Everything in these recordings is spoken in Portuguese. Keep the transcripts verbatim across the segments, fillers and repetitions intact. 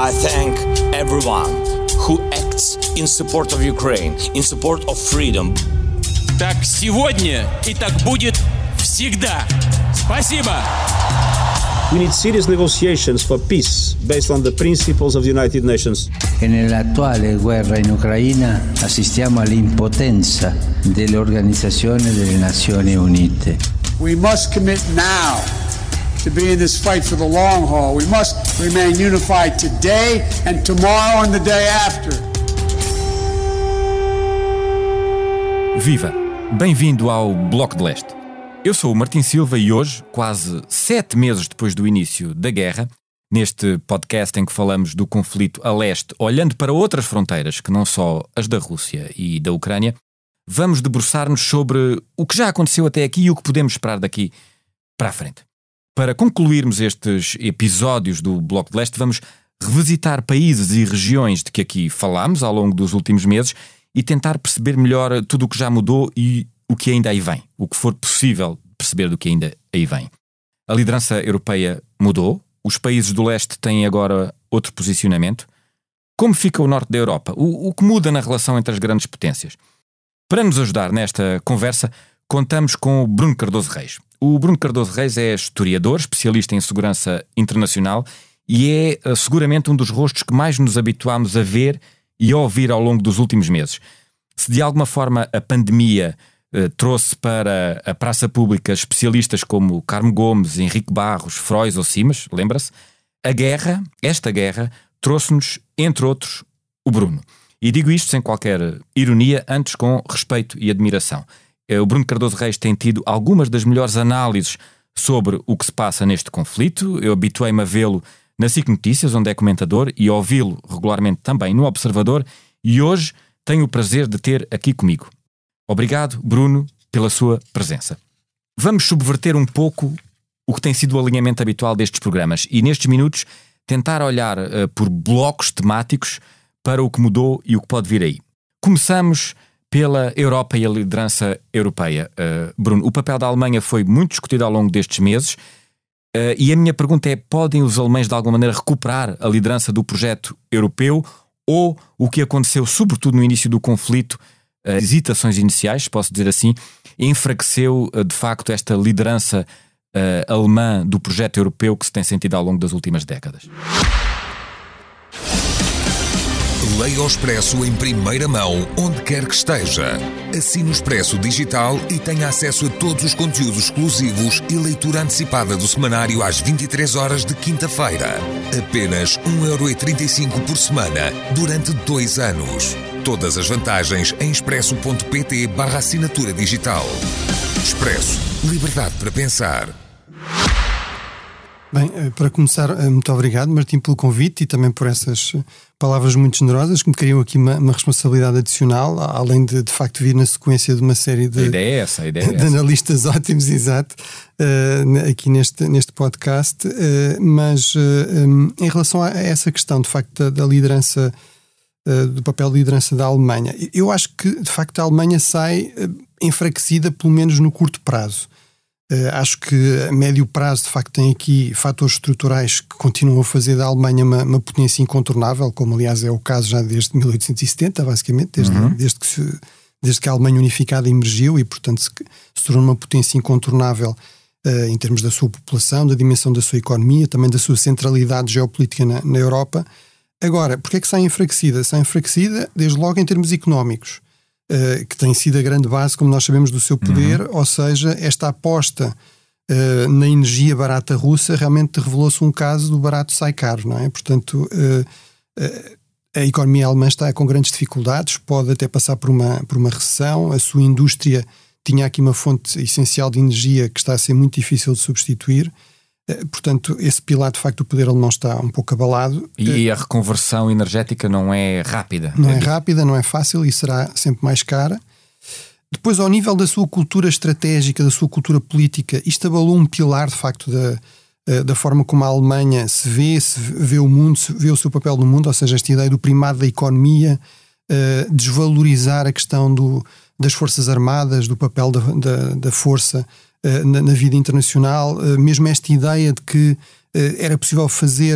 I thank everyone who acts in support of Ukraine, in support of freedom. Так сегодня и так будет всегда. Спасибо. We need serious negotiations for peace based on the principles of the United Nations. E nell'attuale guerra in Ucraina assistiamo all'impotenza dell'Organizzazione delle Nazioni Unite. We must commit now to be in this fight for the long haul. We must remain unified today and tomorrow and the day after. Viva! Bem-vindo ao Bloco de Leste. Eu sou o Martim Silva e hoje, quase sete meses depois do início da guerra, neste podcast em que falamos do conflito a leste, olhando para outras fronteiras que não só as da Rússia e da Ucrânia, vamos debruçar-nos sobre o que já aconteceu até aqui e o que podemos esperar daqui para a frente. Para concluirmos estes episódios do Bloco de Leste, vamos revisitar países e regiões de que aqui falámos ao longo dos últimos meses e tentar perceber melhor tudo o que já mudou e o que ainda aí vem, o que for possível perceber do que ainda aí vem. A liderança europeia mudou, os países do leste têm agora outro posicionamento. Como fica o norte da Europa? O, o que muda na relação entre as grandes potências? Para nos ajudar nesta conversa, contamos com o Bruno Cardoso Reis. O Bruno Cardoso Reis é historiador, especialista em segurança internacional e é seguramente um dos rostos que mais nos habituámos a ver e a ouvir ao longo dos últimos meses. Se de alguma forma a pandemia eh, trouxe para a praça pública especialistas como Carmo Gomes, Henrique Barros, Frois ou Simas, lembra-se? A guerra, esta guerra, trouxe-nos, entre outros, o Bruno. E digo isto sem qualquer ironia, antes com respeito e admiração. O Bruno Cardoso Reis tem tido algumas das melhores análises sobre o que se passa neste conflito. Eu habituei-me a vê-lo na SIC Notícias, onde é comentador, e a ouvi-lo regularmente também no Observador, e hoje tenho o prazer de ter aqui comigo. Obrigado, Bruno, pela sua presença. Vamos subverter um pouco o que tem sido o alinhamento habitual destes programas e, nestes minutos, tentar olhar uh, por blocos temáticos para o que mudou e o que pode vir aí. Começamos pela Europa e a liderança europeia. Uh, Bruno, o papel da Alemanha foi muito discutido ao longo destes meses uh, e a minha pergunta é, podem os alemães de alguma maneira recuperar a liderança do projeto europeu ou o que aconteceu sobretudo no inío do conflito, uh, hesitações iniciais, posso dizer assim, enfraqueceu uh, de facto esta liderança uh, alemã do projeto europeu que se tem sentido ao longo das últimas décadas? Leia o Expresso em primeira mão, onde quer que esteja. Assine o Expresso Digital e tenha acesso a todos os conteúdos exclusivos e leitura antecipada do semanário às vinte e três horas de quinta-feira. Apenas um euro e trinta e cinco por semana, durante dois anos. Todas as vantagens em expresso.pt barra assinatura digital. Expresso. Liberdade para pensar. Bem, para começar, muito obrigado, Martim, pelo convite e também por essas palavras muito generosas que me criam aqui uma, uma responsabilidade adicional, além de, de facto, vir na sequência de uma série de, a ideia é essa, a ideia é de essa. analistas ótimos, exato, uh, aqui neste, neste podcast. Uh, mas uh, um, em relação a essa questão, de facto, da, da liderança, uh, do papel de liderança da Alemanha, eu acho que, de facto, a Alemanha sai uh, enfraquecida, pelo menos no curto prazo. Uh, acho que a médio prazo, de facto, tem aqui fatores estruturais que continuam a fazer da Alemanha uma, uma potência incontornável, como aliás é o caso já desde mil oitocentos e setenta, basicamente, desde, uhum. desde, que, se, desde que a Alemanha unificada emergiu e, portanto, se, se tornou uma potência incontornável uh, em termos da sua população, da dimensão da sua economia, também da sua centralidade geopolítica na, na Europa. Agora, porquê é que sai enfraquecida? Sai enfraquecida, desde logo, em termos económicos. Uh, que tem sido a grande base, como nós sabemos, do seu poder, uhum. ou seja, esta aposta uh, na energia barata russa realmente revelou-se um caso do barato sai caro, não é? Portanto, uh, uh, a economia alemã está com grandes dificuldades, pode até passar por uma, por uma recessão, a sua indústria tinha aqui uma fonte essencial de energia que está a ser muito difícil de substituir. Portanto, esse pilar, de facto, do poder alemão está um pouco abalado. E a reconversão energética não é rápida. Não é rápida, não é fácil e será sempre mais cara. Depois, ao nível da sua cultura estratégica, da sua cultura política, isto abalou um pilar, de facto, da, da forma como a Alemanha se vê, se vê o mundo, se vê o seu papel no mundo, ou seja, esta ideia do primado da economia, desvalorizar a questão do, das forças armadas, do papel da, da, da força Na, na vida internacional, mesmo esta ideia de que era possível fazer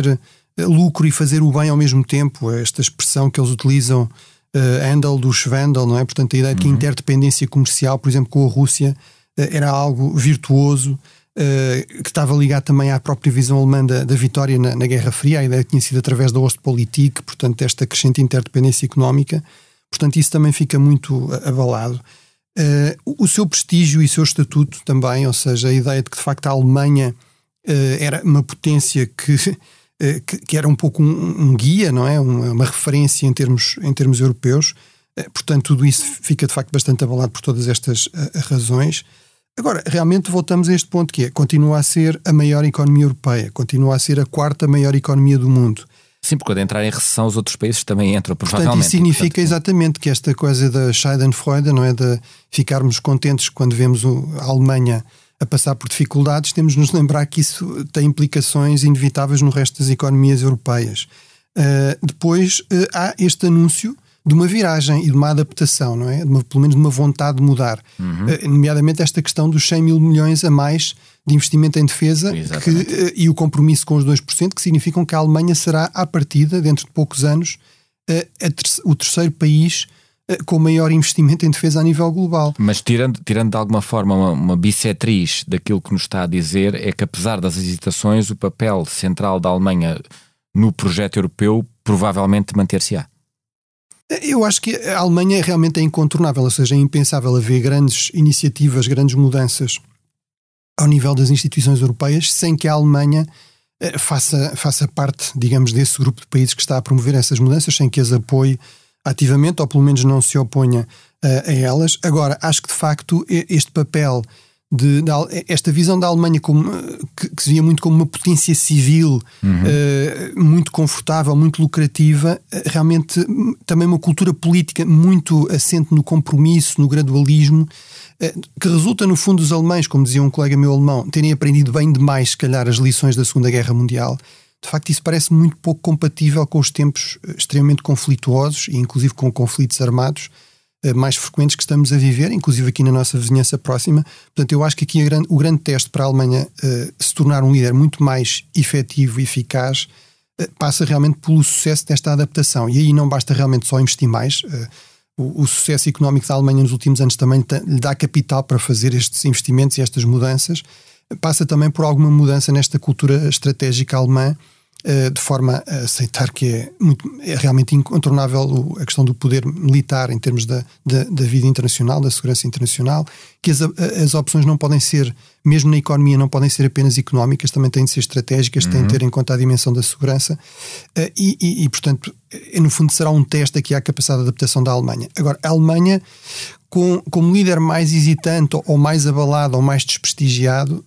lucro e fazer o bem ao mesmo tempo, esta expressão que eles utilizam, uh, Handel do Schwendel, não é? Portanto, a ideia de que a interdependência comercial, por exemplo, com a Rússia, uh, era algo virtuoso, uh, que estava ligado também à própria visão alemã da, da vitória na, na Guerra Fria, a ideia que tinha sido através da Ostpolitik, portanto, esta crescente interdependência económica. Portanto, isso também fica muito abalado. Uh, o seu prestígio e o seu estatuto também, ou seja, a ideia de que de facto a Alemanha uh, era uma potência que, uh, que, que era um pouco um, um guia, não é? Uma, uma referência em termos, em termos europeus. Uh, portanto, tudo isso fica de facto bastante abalado por todas estas uh, razões. Agora, realmente voltamos a este ponto que é, continua a ser a maior economia europeia, continua a ser a quarta maior economia do mundo. Sim, porque quando entrar em recessão os outros países também entram, provavelmente. Portanto, isso significa portanto, exatamente que esta coisa da Schadenfreude, não é, de ficarmos contentes quando vemos a Alemanha a passar por dificuldades, temos de nos lembrar que isso tem implicações inevitáveis no resto das economias europeias. Uh, depois uh, há este anúncio de uma viragem e de uma adaptação, não é? De uma, pelo menos de uma vontade de mudar. Uhum. Uh, nomeadamente esta questão dos cem mil milhões a mais de investimento em defesa que, uh, e o compromisso com os dois por cento, que significam que a Alemanha será, à partida, dentro de poucos anos, uh, a ter- o terceiro país uh, com maior investimento em defesa a nível global. Mas tirando, tirando de alguma forma uma, uma bissetriz daquilo que nos está a dizer, é que apesar das hesitações, o papel central da Alemanha no projeto europeu provavelmente manter-se-á. Eu acho que a Alemanha realmente é incontornável, ou seja, é impensável haver grandes iniciativas, grandes mudanças ao nível das instituições europeias sem que a Alemanha eh, faça, faça parte, digamos, desse grupo de países que está a promover essas mudanças, sem que as apoie ativamente, ou pelo menos não se oponha uh, a elas. Agora, acho que de facto este papel, de, de esta visão da Alemanha como, que, que se via muito como uma potência civil, uhum. uh, muito confortável, muito lucrativa, uh, realmente também uma cultura política muito assente no compromisso, no gradualismo, uh, que resulta no fundo dos alemães, como dizia um colega meu alemão, terem aprendido bem demais, se calhar, as lições da Segunda Guerra Mundial. De facto, isso parece muito pouco compatível com os tempos extremamente conflituosos e inclusive com conflitos armados mais frequentes que estamos a viver, inclusive aqui na nossa vizinhança próxima. Portanto, eu acho que aqui a grande, o grande teste para a Alemanha uh, se tornar um líder muito mais efetivo e eficaz uh, passa realmente pelo sucesso desta adaptação. E aí não basta realmente só investir mais. Uh, o, o sucesso económico da Alemanha nos últimos anos também t- lhe dá capital para fazer estes investimentos e estas mudanças. Passa também por alguma mudança nesta cultura estratégica alemã, de forma a aceitar que é, muito, é realmente incontornável a questão do poder militar em termos da, da, da vida internacional, da segurança internacional, que as, as opções não podem ser, mesmo na economia, não podem ser apenas económicas, também têm de ser estratégicas, uhum. têm de ter em conta a dimensão da segurança e, e, e, portanto, no fundo será um teste aqui à capacidade de adaptação da Alemanha. Agora, a Alemanha, com, como líder mais hesitante ou mais abalado ou mais desprestigiado,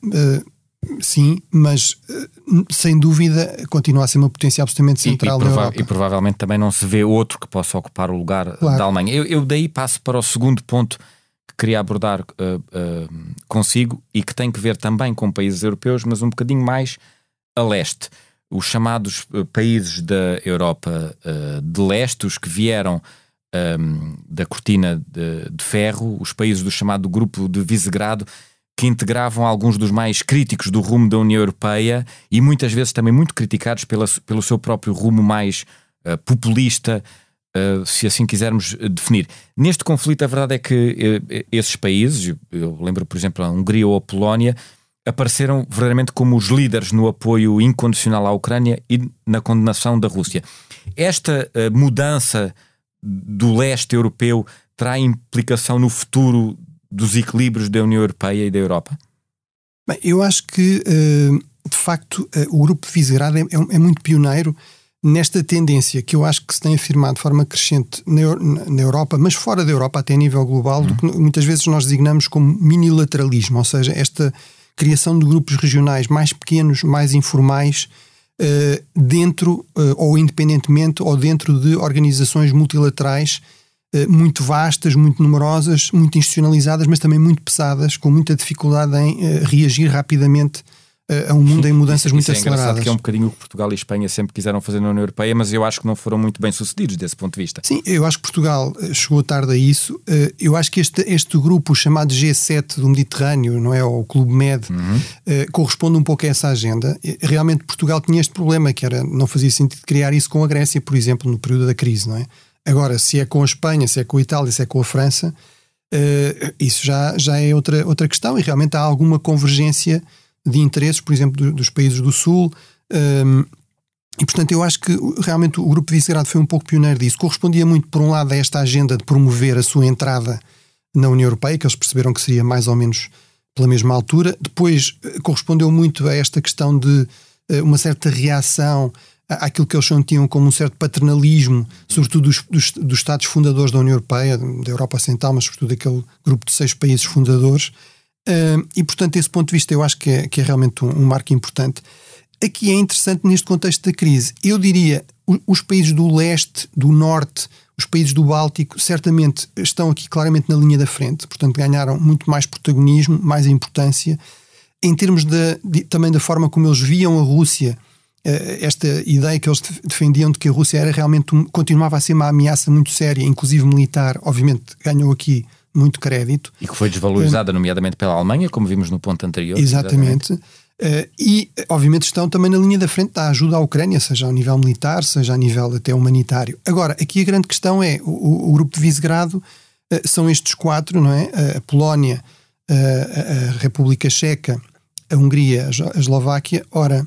sim, mas sem dúvida continua a ser uma potência absolutamente central e, e, da prova- Europa. E provavelmente também não se vê outro que possa ocupar o lugar claro. da Alemanha. Eu, eu daí passo para o segundo ponto que queria abordar uh, uh, consigo e que tem que ver também com países europeus, mas um bocadinho mais a leste. Os chamados uh, países da Europa uh, de leste, os que vieram um, da cortina de, de ferro, os países do chamado grupo de Visegrado, que integravam alguns dos mais críticos do rumo da União Europeia e muitas vezes também muito criticados pela, pelo seu próprio rumo mais uh, populista, uh, se assim quisermos definir. Neste conflito, a verdade é que uh, esses países, eu lembro, por exemplo, a Hungria ou a Polónia, apareceram verdadeiramente como os líderes no apoio incondicional à Ucrânia e na condenação da Rússia. Esta uh, mudança do leste europeu terá implicação no futuro dos equilíbrios da União Europeia e da Europa? Bem, eu acho que, de facto, o Grupo de Visegrado é, é muito pioneiro nesta tendência que eu acho que se tem afirmado de forma crescente na, na Europa, mas fora da Europa, até a nível global, uhum. do que muitas vezes nós designamos como minilateralismo, ou seja, esta criação de grupos regionais mais pequenos, mais informais, dentro ou independentemente ou dentro de organizações multilaterais muito vastas, muito numerosas, muito institucionalizadas, mas também muito pesadas, com muita dificuldade em uh, reagir rapidamente a um mundo em mudanças isso, muito isso é aceleradas. Que é um bocadinho o que Portugal e Espanha sempre quiseram fazer na União Europeia, mas eu acho que não foram muito bem sucedidos desse ponto de vista. Sim, eu acho que Portugal chegou tarde a isso. Eu acho que este, este grupo chamado G sete do Mediterrâneo, não é, o Clube Med, uhum. corresponde um pouco a essa agenda. Realmente Portugal tinha este problema, que era, não fazia sentido criar isso com a Grécia, por exemplo, no período da crise, não é? Agora, se é com a Espanha, se é com a Itália, se é com a França, isso já, já é outra, outra questão, e realmente há alguma convergência de interesses, por exemplo, do, dos países do Sul, um, e portanto eu acho que realmente o Grupo de Visegrado foi um pouco pioneiro disso. Correspondia muito, por um lado, a esta agenda de promover a sua entrada na União Europeia, que eles perceberam que seria mais ou menos pela mesma altura. Depois correspondeu muito a esta questão de uh, uma certa reação à, àquilo que eles tinham como um certo paternalismo, sobretudo dos, dos, dos Estados fundadores da União Europeia, da Europa Ocidental, mas sobretudo aquele grupo de seis países fundadores. Uh, e portanto, desse ponto de vista, eu acho que é, que é realmente um, um marco importante. Aqui é interessante neste contexto da crise. Eu diria, os, os países do leste, do norte, os países do Báltico, certamente estão aqui claramente na linha da frente, portanto ganharam muito mais protagonismo, mais importância. Em termos de, de, também da forma como eles viam a Rússia, uh, esta ideia que eles defendiam de que a Rússia era realmente um, continuava a ser uma ameaça muito séria, inclusive militar, obviamente ganhou aqui muito crédito. E que foi desvalorizada, um, nomeadamente pela Alemanha, como vimos no ponto anterior. Exatamente. exatamente. Uh, e, obviamente, estão também na linha da frente da ajuda à Ucrânia, seja ao nível militar, seja a nível até humanitário. Agora, aqui a grande questão é, o, o Grupo de Visegrado uh, são estes quatro, não é? A Polónia, uh, a República Checa, a Hungria, a Eslováquia. Ora,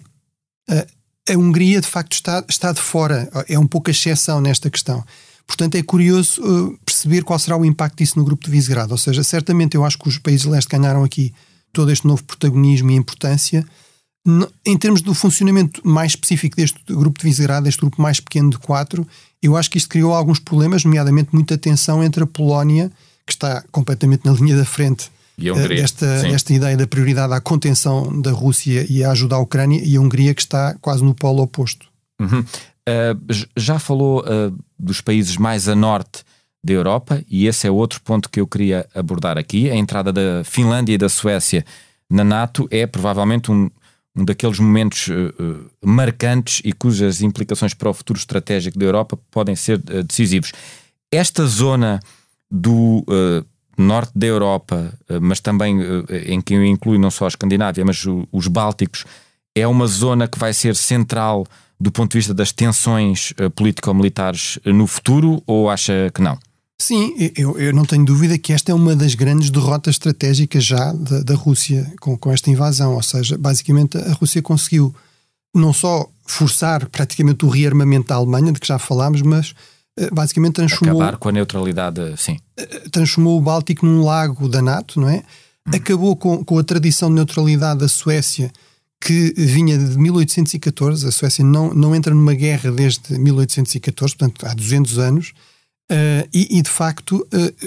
uh, a Hungria, de facto, está, está de fora. É um pouco a exceção nesta questão. Portanto, é curioso uh, perceber qual será o impacto disso no Grupo de Visegrado. Ou seja, certamente eu acho que os países de leste ganharam aqui todo este novo protagonismo e importância. No, em termos do funcionamento mais específico deste Grupo de Visegrado, deste grupo mais pequeno de quatro, eu acho que isto criou alguns problemas, nomeadamente muita tensão entre a Polónia, que está completamente na linha da frente e a Hungria, desta, desta ideia da prioridade à contenção da Rússia e à ajuda à Ucrânia, e a Hungria, que está quase no polo oposto. Uhum. Uh, já falou uh, dos países mais a norte da Europa, e esse é outro ponto que eu queria abordar aqui. A entrada da Finlândia e da Suécia na NATO é provavelmente um, um daqueles momentos uh, marcantes e cujas implicações para o futuro estratégico da Europa podem ser uh, decisivos. Esta zona do uh, norte da Europa, uh, mas também uh, em que eu incluo não só a Escandinávia, mas o, os Bálticos, é uma zona que vai ser central do ponto de vista das tensões uh, político-militares uh, no futuro, ou acha que não? Sim, eu, eu não tenho dúvida que esta é uma das grandes derrotas estratégicas já da, da Rússia com, com esta invasão. Ou seja, basicamente a Rússia conseguiu não só forçar praticamente o rearmamento da Alemanha, de que já falámos, mas uh, basicamente transformou... Acabar com a neutralidade, sim. Uh, transformou o Báltico num lago da NATO, não é? Hum. Acabou com, com a tradição de neutralidade da Suécia, que vinha de mil oitocentos e catorze. A Suécia não, não entra numa guerra desde mil oitocentos e catorze, portanto há duzentos anos, uh, e, e de facto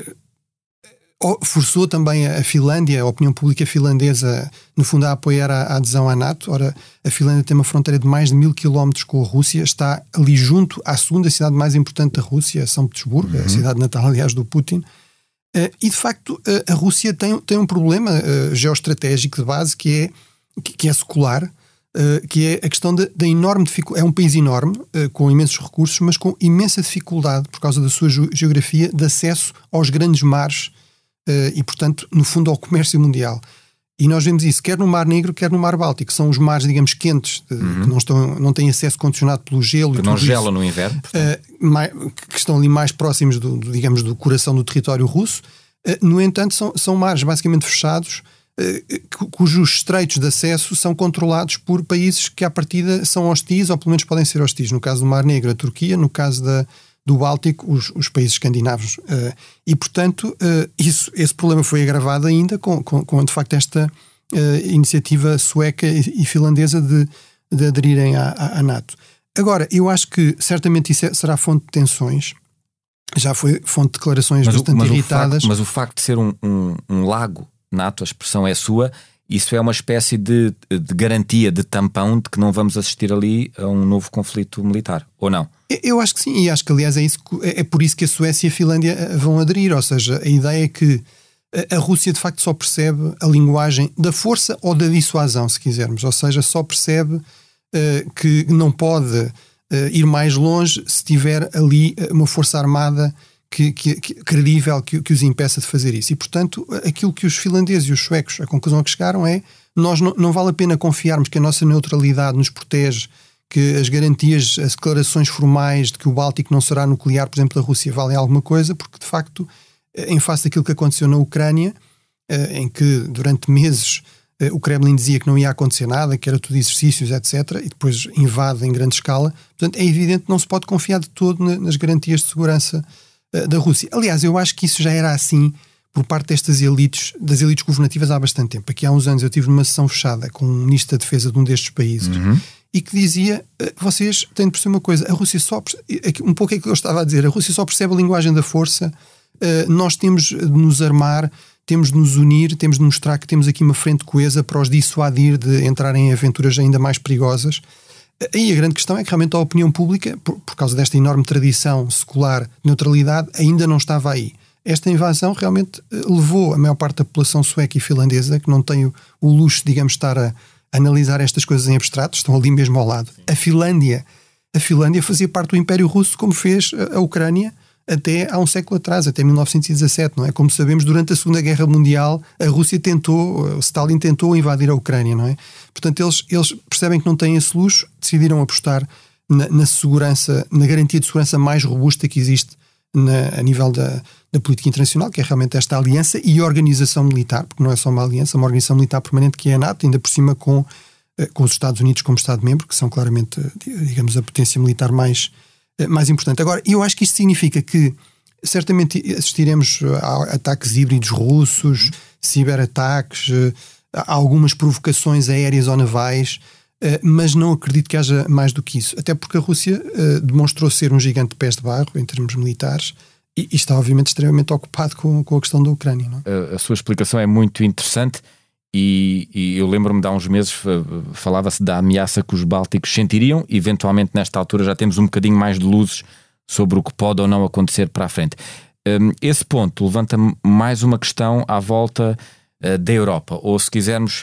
uh, forçou também a Finlândia, a opinião pública finlandesa, no fundo, a apoiar a, a adesão à NATO. Ora, a Finlândia tem uma fronteira de mais de mil quilómetros com a Rússia, está ali junto à segunda cidade mais importante da Rússia, São Petersburgo, uhum. a cidade natal, aliás, do Putin. Uh, e de facto uh, a Rússia tem, tem um problema uh, geoestratégico de base, que é que é secular, uh, que é a questão da, da enorme dificuldade. É um país enorme, uh, com imensos recursos, mas com imensa dificuldade, por causa da sua geografia, de acesso aos grandes mares uh, e, portanto, no fundo, ao comércio mundial. E nós vemos isso, quer no Mar Negro, quer no Mar Báltico. São os mares, digamos, quentes, uh, uhum. que não, estão, não têm acesso condicionado pelo gelo. Que e não gelam isso, no inverno. Uh, mais, que estão ali mais próximos, do, do, digamos, do coração do território russo. Uh, no entanto, são, são mares basicamente fechados, cujos estreitos de acesso são controlados por países que à partida são hostis, ou pelo menos podem ser hostis. No caso do Mar Negro, a Turquia; no caso da, do Báltico, os, os países escandinavos. Uh, e, portanto, uh, isso, esse problema foi agravado ainda com, com, com de facto, esta uh, iniciativa sueca e, e finlandesa de, de aderirem à, à NATO. Agora, eu acho que certamente isso será fonte de tensões. Já foi fonte de declarações mas bastante o, mas irritadas. O facto, mas o facto de ser um, um, um lago NATO, a expressão é sua, isso é uma espécie de, de garantia, de tampão, de que não vamos assistir ali a um novo conflito militar, ou não? Eu acho que sim, e acho que aliás é, isso, é por isso que a Suécia e a Finlândia vão aderir. Ou seja, a ideia é que a Rússia de facto só percebe a linguagem da força ou da dissuasão, se quisermos, ou seja, só percebe uh, que não pode uh, ir mais longe se tiver ali uma força armada que, que, que, credível que, que os impeça de fazer isso. E portanto, aquilo que os finlandeses e os suecos, a conclusão a que chegaram é: nós não, não vale a pena confiarmos que a nossa neutralidade nos protege, que as garantias, as declarações formais de que o Báltico não será nuclear, por exemplo, da Rússia, valem alguma coisa, porque de facto, em face daquilo que aconteceu na Ucrânia, em que durante meses o Kremlin dizia que não ia acontecer nada, que era tudo exercícios, etcétera, e depois invade em grande escala. Portanto, é evidente que não se pode confiar de todo nas garantias de segurança da Rússia. Aliás, eu acho que isso já era assim por parte destas elites, das elites governativas há bastante tempo. Aqui há uns anos eu tive numa sessão fechada com um ministro da Defesa de um destes países, uhum. e que dizia: vocês têm de perceber uma coisa, a Rússia só percebe, um pouco é que eu estava a dizer, a Rússia só percebe a linguagem da força, nós temos de nos armar, temos de nos unir, temos de mostrar que temos aqui uma frente coesa para os dissuadir de entrarem em aventuras ainda mais perigosas. Aí a grande questão é que realmente a opinião pública, por, por causa desta enorme tradição secular de neutralidade, ainda não estava aí. Esta invasão realmente levou a maior parte da população sueca e finlandesa, que não tem o, o luxo, digamos, de estar a analisar estas coisas em abstrato, estão ali mesmo ao lado. A Finlândia, a Finlândia fazia parte do Império Russo, como fez a, a Ucrânia até há um século atrás, até mil novecentos e dezassete, não é? Como sabemos, durante a Segunda Guerra Mundial, a Rússia tentou, Stalin tentou invadir a Ucrânia, não é? Portanto, eles, eles percebem que não têm esse luxo, decidiram apostar na, na segurança, na garantia de segurança mais robusta que existe na, a nível da, da política internacional, que é realmente esta aliança e organização militar, porque não é só uma aliança, é uma organização militar permanente que é a NATO, ainda por cima com, com os Estados Unidos como Estado-membro, que são claramente, digamos, a potência militar mais, mais importante. Agora, eu acho que isto significa que certamente assistiremos a ataques híbridos russos, ciberataques, a algumas provocações aéreas ou navais, mas não acredito que haja mais do que isso. Até porque a Rússia demonstrou ser um gigante de pés de barro em termos militares e, e está obviamente extremamente ocupado com, com a questão da Ucrânia. Não é? A, a sua explicação é muito interessante e, e eu lembro-me de há uns meses falava-se da ameaça que os bálticos sentiriam e eventualmente nesta altura já temos um bocadinho mais de luzes sobre o que pode ou não acontecer para a frente. Esse ponto levanta mais uma questão à volta da Europa, ou se quisermos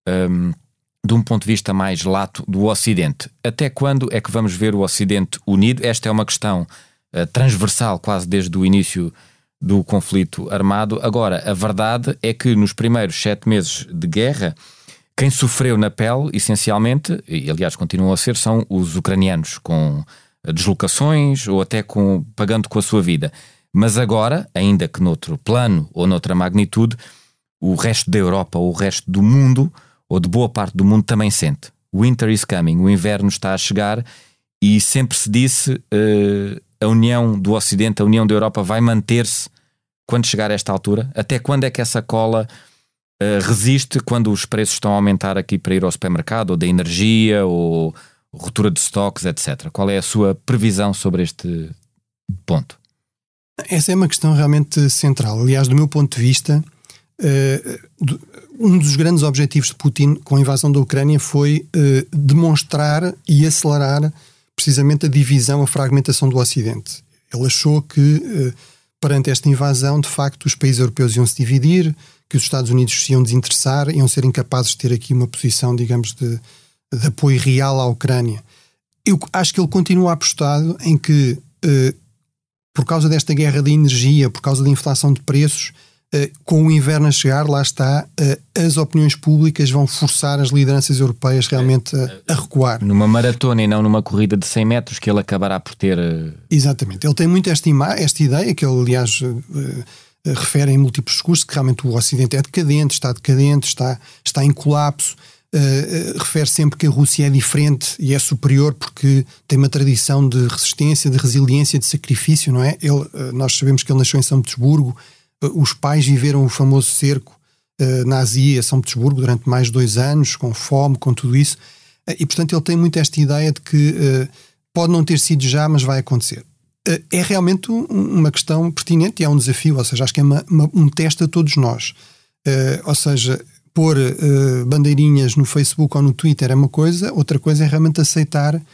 de um ponto de vista mais lato do Ocidente. Até quando é que vamos ver o Ocidente unido? Esta é uma questão transversal quase desde o início do conflito armado. Agora, a verdade é que nos primeiros sete meses de guerra, quem sofreu na pele, essencialmente, e aliás continuam a ser, são os ucranianos, com deslocações ou até com, pagando com a sua vida. Mas agora, ainda que noutro plano ou noutra magnitude, o resto da Europa ou o resto do mundo, ou de boa parte do mundo, também sente. Winter is coming, o inverno está a chegar e sempre se disse uh, a união do Ocidente, a união da Europa vai manter-se quando chegar a esta altura? Até quando é que essa cola uh, resiste quando os preços estão a aumentar aqui para ir ao supermercado, ou da energia, ou ruptura de estoques, etcétera? Qual é a sua previsão sobre este ponto? Essa é uma questão realmente central. Aliás, do meu ponto de vista, uh, um dos grandes objetivos de Putin com a invasão da Ucrânia foi uh, demonstrar e acelerar precisamente a divisão, a fragmentação do Ocidente. Ele achou que, uh, perante esta invasão, de facto, os países europeus iam se dividir, que os Estados Unidos se iam desinteressar, iam ser incapazes de ter aqui uma posição, digamos, de, de apoio real à Ucrânia. Eu acho que ele continua apostado em que, uh, por causa desta guerra de energia, por causa da inflação de preços, uh, com o inverno a chegar, lá está, uh, as opiniões públicas vão forçar as lideranças europeias realmente a, a recuar. Numa maratona e não numa corrida de cem metros que ele acabará por ter... Uh... Exatamente. Ele tem muito esta, ima- esta ideia, que ele, aliás, uh, uh, refere em múltiplos discursos, que realmente o Ocidente é decadente, está decadente, está, está em colapso. Uh, uh, refere sempre que a Rússia é diferente e é superior porque tem uma tradição de resistência, de resiliência, de sacrifício, não é? Ele, uh, nós sabemos que ele nasceu em São Petersburgo, uh, os pais viveram o famoso cerco uh, nazi a São Petersburgo durante mais de dois anos, com fome, com tudo isso, uh, e portanto ele tem muito esta ideia de que uh, pode não ter sido já, mas vai acontecer. Uh, é realmente um, uma questão pertinente e é um desafio, ou seja, acho que é uma, uma, um teste a todos nós, uh, ou seja, pôr uh, bandeirinhas no Facebook ou no Twitter é uma coisa, outra coisa é realmente aceitar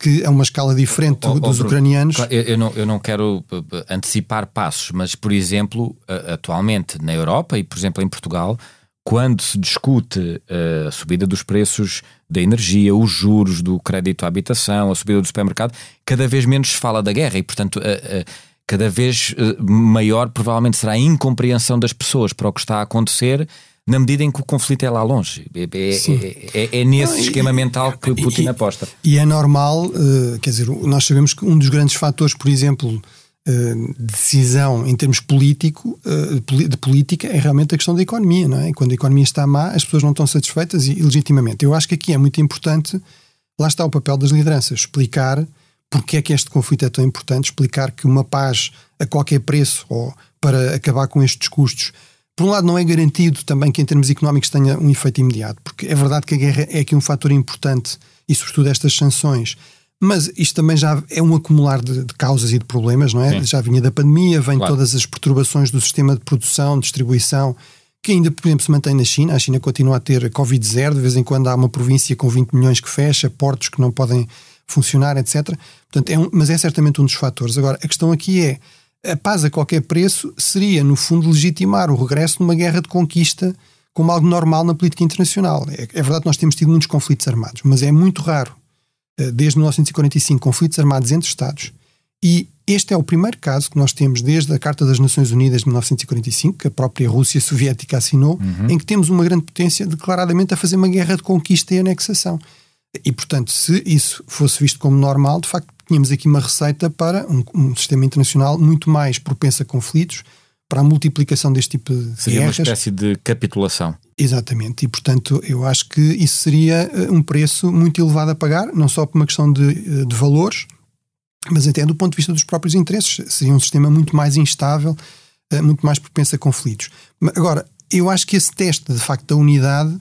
que é uma escala diferente do, oh, oh, dos Bruno, ucranianos. Eu, eu, não, eu não quero antecipar passos, mas, por exemplo, atualmente na Europa e, por exemplo, em Portugal, quando se discute a subida dos preços da energia, os juros do crédito à habitação, a subida do supermercado, cada vez menos se fala da guerra e, portanto, a, a, cada vez maior provavelmente será a incompreensão das pessoas para o que está a acontecer, na medida em que o conflito é lá longe. É, é, é, é nesse não, esquema e, mental que Putin e, aposta. E é normal, uh, quer dizer, nós sabemos que um dos grandes fatores, por exemplo, uh, de decisão em termos político, uh, de política, é realmente a questão da economia, não é? E quando a economia está má, as pessoas não estão satisfeitas e, e legitimamente. Eu acho que aqui é muito importante, lá está o papel das lideranças, explicar porque é que este conflito é tão importante, explicar que uma paz a qualquer preço, ou para acabar com estes custos, por um lado não é garantido também que em termos económicos tenha um efeito imediato, porque é verdade que a guerra é aqui um fator importante e sobretudo estas sanções, mas isto também já é um acumular de, de causas e de problemas, não é? Sim. Já vinha da pandemia, vem claro. Todas as perturbações do sistema de produção, distribuição, que ainda, por exemplo, se mantém na China. A China continua a ter Covid zero, de vez em quando há uma província com vinte milhões que fecha, portos que não podem funcionar, etcétera. Portanto, é um, mas é certamente um dos fatores. Agora, a questão aqui é, a paz a qualquer preço seria, no fundo, legitimar o regresso de uma guerra de conquista como algo normal na política internacional. É, é verdade que nós temos tido muitos conflitos armados, mas é muito raro, desde mil novecentos e quarenta e cinco, conflitos armados entre Estados, e este é o primeiro caso que nós temos desde a Carta das Nações Unidas de mil novecentos e quarenta e cinco, que a própria Rússia soviética assinou, uhum. em que temos uma grande potência declaradamente a fazer uma guerra de conquista e anexação. E, portanto, se isso fosse visto como normal, de facto, tínhamos aqui uma receita para um, um sistema internacional muito mais propenso a conflitos, para a multiplicação deste tipo de seria guerras. Seria uma espécie de capitulação. Exatamente, e portanto eu acho que isso seria um preço muito elevado a pagar, não só por uma questão de, de valores, mas até do ponto de vista dos próprios interesses. Seria um sistema muito mais instável, muito mais propenso a conflitos. Agora, eu acho que esse teste, de facto, da unidade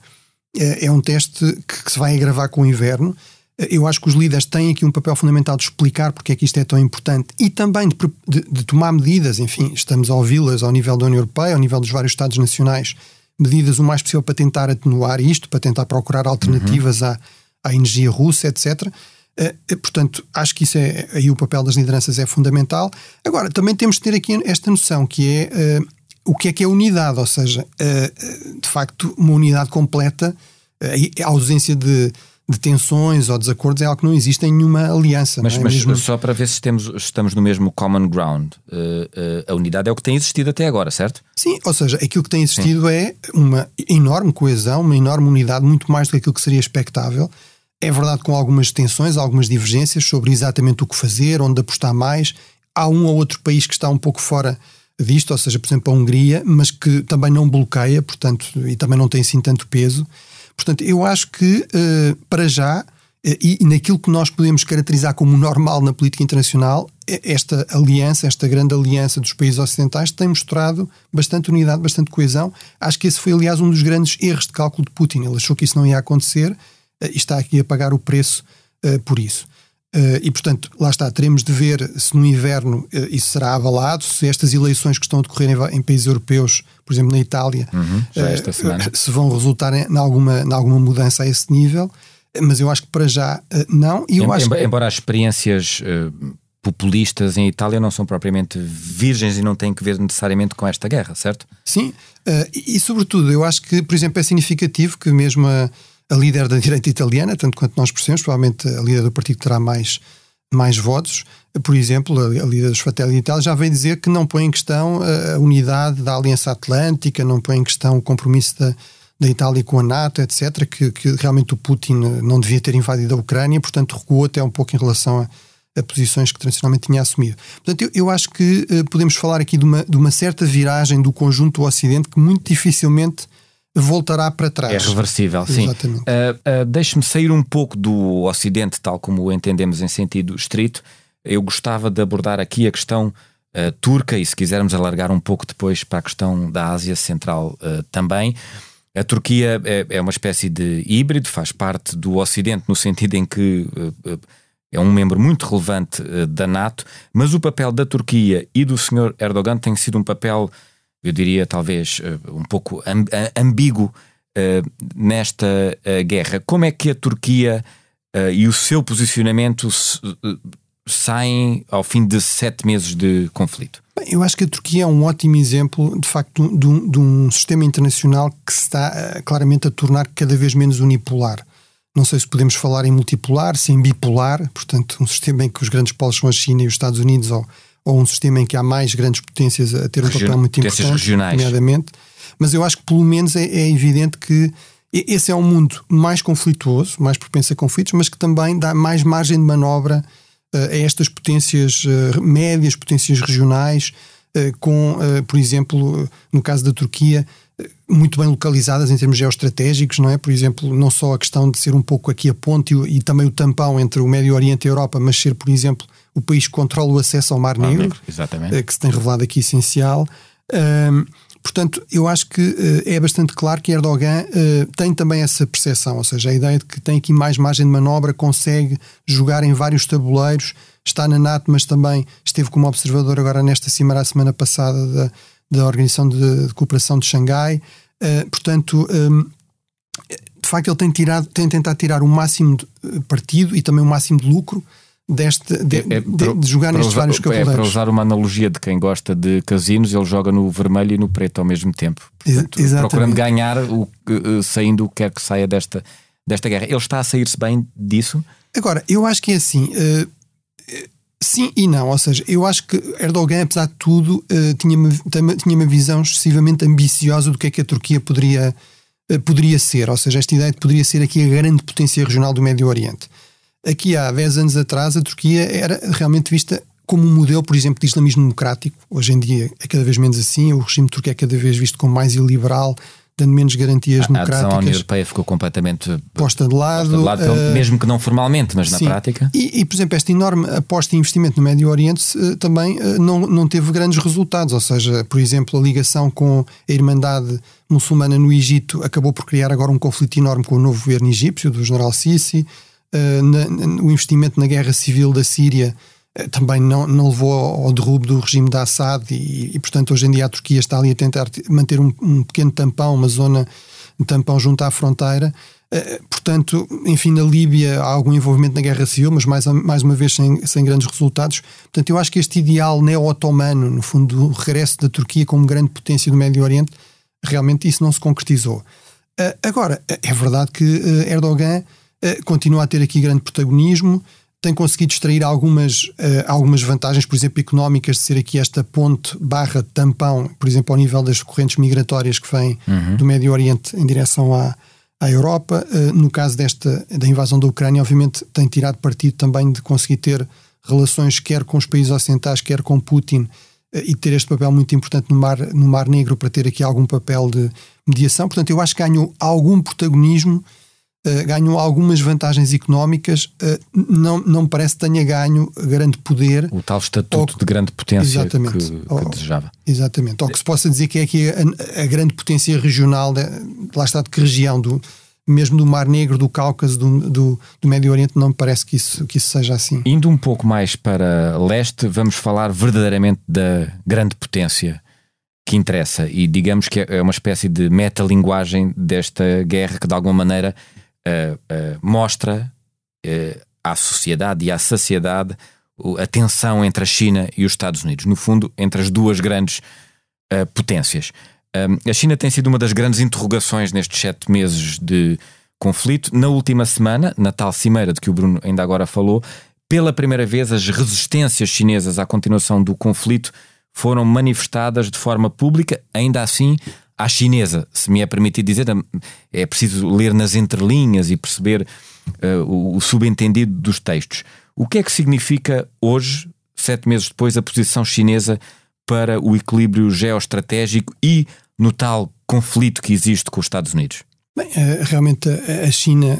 é um teste que se vai agravar com o inverno. Eu acho que os líderes têm aqui um papel fundamental de explicar porque é que isto é tão importante e também de, de, de tomar medidas. Enfim, estamos a ouvi-las ao nível da União Europeia, ao nível dos vários Estados nacionais, medidas o mais possível para tentar atenuar isto, para tentar procurar alternativas uhum. à, à energia russa, etcétera. Uh, portanto, acho que isso é, aí o papel das lideranças é fundamental. Agora, também temos de ter aqui esta noção que é uh, o que é que é unidade, ou seja, uh, de facto, uma unidade completa, uh, a ausência de de tensões ou desacordos é algo que não existe em nenhuma aliança. Mas, não é? mas Mesmo... só para ver se temos, estamos no mesmo common ground, uh, uh, a unidade é o que tem existido até agora, certo? Sim, ou seja, aquilo que tem existido Sim. é uma enorme coesão, uma enorme unidade, muito mais do que aquilo que seria expectável. É verdade, com algumas tensões, algumas divergências sobre exatamente o que fazer, onde apostar mais. Há um ou outro país que está um pouco fora disto, ou seja, por exemplo a Hungria, mas que também não bloqueia, portanto, e também não tem assim tanto peso. Portanto, eu acho que, uh, para já, uh, e, e naquilo que nós podemos caracterizar como normal na política internacional, esta aliança, esta grande aliança dos países ocidentais tem mostrado bastante unidade, bastante coesão. Acho que esse foi, aliás, um dos grandes erros de cálculo de Putin. Ele achou que isso não ia acontecer uh, e está aqui a pagar o preço uh, por isso. Uh, e, portanto, lá está, teremos de ver se no inverno uh, isso será avalado, se estas eleições que estão a decorrer em, em países europeus, por exemplo na Itália, uhum, já esta semana. Uh, se vão resultar em, em, alguma, em alguma mudança a esse nível, mas eu acho que para já uh, não. E eu em, acho embora, que... embora as experiências uh, populistas em Itália não são propriamente virgens e não têm que ver necessariamente com esta guerra, certo? Sim, uh, e, e sobretudo eu acho que, por exemplo, é significativo que mesmo a a líder da direita italiana, tanto quanto nós percebemos, provavelmente a líder do partido terá mais, mais votos, por exemplo, a, a líder dos Fratelli d'Italia já veio dizer que não põe em questão a, a unidade da Aliança Atlântica, não põe em questão o compromisso da, da Itália com a NATO, etcétera, que, que realmente o Putin não devia ter invadido a Ucrânia, portanto recuou até um pouco em relação a, a posições que tradicionalmente tinha assumido. Portanto, eu, eu acho que uh, podemos falar aqui de uma, de uma certa viragem do conjunto do Ocidente que muito dificilmente voltará para trás. É reversível, sim. Exatamente. Uh, uh, Deixe-me sair um pouco do Ocidente, tal como o entendemos em sentido estrito. Eu gostava de abordar aqui a questão uh, turca e, se quisermos, alargar um pouco depois para a questão da Ásia Central uh, também. A Turquia é, é uma espécie de híbrido, faz parte do Ocidente no sentido em que uh, uh, é um membro muito relevante uh, da NATO, mas o papel da Turquia e do senhor Erdogan tem sido um papel, eu diria talvez um pouco ambíguo uh, nesta uh, guerra. Como é que a Turquia uh, e o seu posicionamento uh, saem ao fim de sete meses de conflito? Bem, eu acho que a Turquia é um ótimo exemplo, de facto, de um, de um sistema internacional que se está uh, claramente a tornar cada vez menos unipolar. Não sei se podemos falar em multipolar, se em bipolar, portanto, um sistema em que os grandes polos são a China e os Estados Unidos, ou, ou um sistema em que há mais grandes potências a ter um Region, papel muito potências importante, regionais. nomeadamente. Mas eu acho que, pelo menos, é, é evidente que esse é um mundo mais conflituoso, mais propenso a conflitos, mas que também dá mais margem de manobra uh, a estas potências uh, médias, potências regionais, uh, com, uh, por exemplo, no caso da Turquia, muito bem localizadas em termos geoestratégicos, não é? Por exemplo, não só a questão de ser um pouco aqui a ponte e, e também o tampão entre o Médio Oriente e a Europa, mas ser, por exemplo, o país que controla o acesso ao Mar Negro, Mar Negro exatamente. Que se tem revelado aqui essencial. Um, portanto, eu acho que uh, é bastante claro que Erdogan uh, tem também essa percepção, ou seja, a ideia de que tem aqui mais margem de manobra, consegue jogar em vários tabuleiros, está na NATO, mas também esteve como observador agora nesta cimeira a semana passada da da Organização de, de Cooperação de Xangai. Uh, portanto, um, de facto ele tem, tirado, tem tentado tirar o máximo de partido e também o máximo de lucro deste, de, é, é, de, de jogar nestes usar, vários cabeleiros. É para usar uma analogia de quem gosta de casinos, ele joga no vermelho e no preto ao mesmo tempo. Portanto, procurando ganhar, o, uh, saindo o que quer que saia desta, desta guerra. Ele está a sair-se bem disso? Agora, eu acho que é assim... Uh, Sim e não, ou seja, eu acho que Erdogan, apesar de tudo, uh, tinha, uma, tinha uma visão excessivamente ambiciosa do que é que a Turquia poderia, uh, poderia ser, ou seja, esta ideia de que poderia ser aqui a grande potência regional do Médio Oriente. Aqui há dez anos atrás a Turquia era realmente vista como um modelo, por exemplo, de islamismo democrático. Hoje em dia é cada vez menos assim, o regime turco é cada vez visto como mais iliberal, dando menos garantias a democráticas. A adesão à União Europeia ficou completamente posta de lado, posta de lado uh, mesmo que não formalmente, mas sim. na prática. E, e, por exemplo, esta enorme aposta e investimento no Médio Oriente uh, também uh, não, não teve grandes resultados, ou seja, por exemplo, a ligação com a Irmandade Muçulmana no Egito acabou por criar agora um conflito enorme com o novo governo egípcio, do general Sisi. Uh, na, na, o investimento na guerra civil da Síria uh, também não, não levou ao, ao derrubo do regime de Assad e, e, portanto, hoje em dia a Turquia está ali a tentar manter um, um pequeno tampão, uma zona um tampão junto à fronteira. Uh, portanto, enfim, na Líbia há algum envolvimento na guerra civil, mas mais, mais uma vez sem, sem grandes resultados. Portanto, eu acho que este ideal neo-otomano, no fundo, o regresso da Turquia como grande potência do Médio Oriente, realmente isso não se concretizou. Uh, agora, é verdade que uh, Erdogan uh, continua a ter aqui grande protagonismo, tem conseguido extrair algumas, uh, algumas vantagens, por exemplo, económicas, de ser aqui esta ponte barra tampão, por exemplo, ao nível das correntes migratórias que vêm uhum. do Médio Oriente em direção à, à Europa. Uh, no caso desta, da invasão da Ucrânia, obviamente tem tirado partido também de conseguir ter relações quer com os países ocidentais, quer com Putin, uh, e ter este papel muito importante no Mar, no Mar Negro para ter aqui algum papel de mediação. Portanto, eu acho que ganhou algum protagonismo, Uh, ganhou algumas vantagens económicas, uh, não, não me parece que tenha ganho grande poder. O tal estatuto ou, de grande potência que, que ou, desejava. Exatamente. Ou que se possa dizer que é aqui a, a grande potência regional, de, lá está de que região, do, mesmo do Mar Negro, do Cáucaso, do, do, do Médio Oriente, não me parece que isso, que isso seja assim. Indo um pouco mais para leste, vamos falar verdadeiramente da grande potência que interessa, e digamos que é uma espécie de metalinguagem desta guerra que de alguma maneira Uh, uh, mostra uh, à sociedade e à saciedade uh, a tensão entre a China e os Estados Unidos, no fundo entre as duas grandes uh, potências. Um, a China tem sido uma das grandes interrogações nestes sete meses de conflito. Na última semana, na tal cimeira de que o Bruno ainda agora falou, pela primeira vez as resistências chinesas à continuação do conflito foram manifestadas de forma pública, ainda assim à chinesa, se me é permitido dizer. É preciso ler nas entrelinhas e perceber uh, o, o subentendido dos textos. O que é que significa hoje, sete meses depois, a posição chinesa para o equilíbrio geoestratégico e no tal conflito que existe com os Estados Unidos? Bem, realmente a China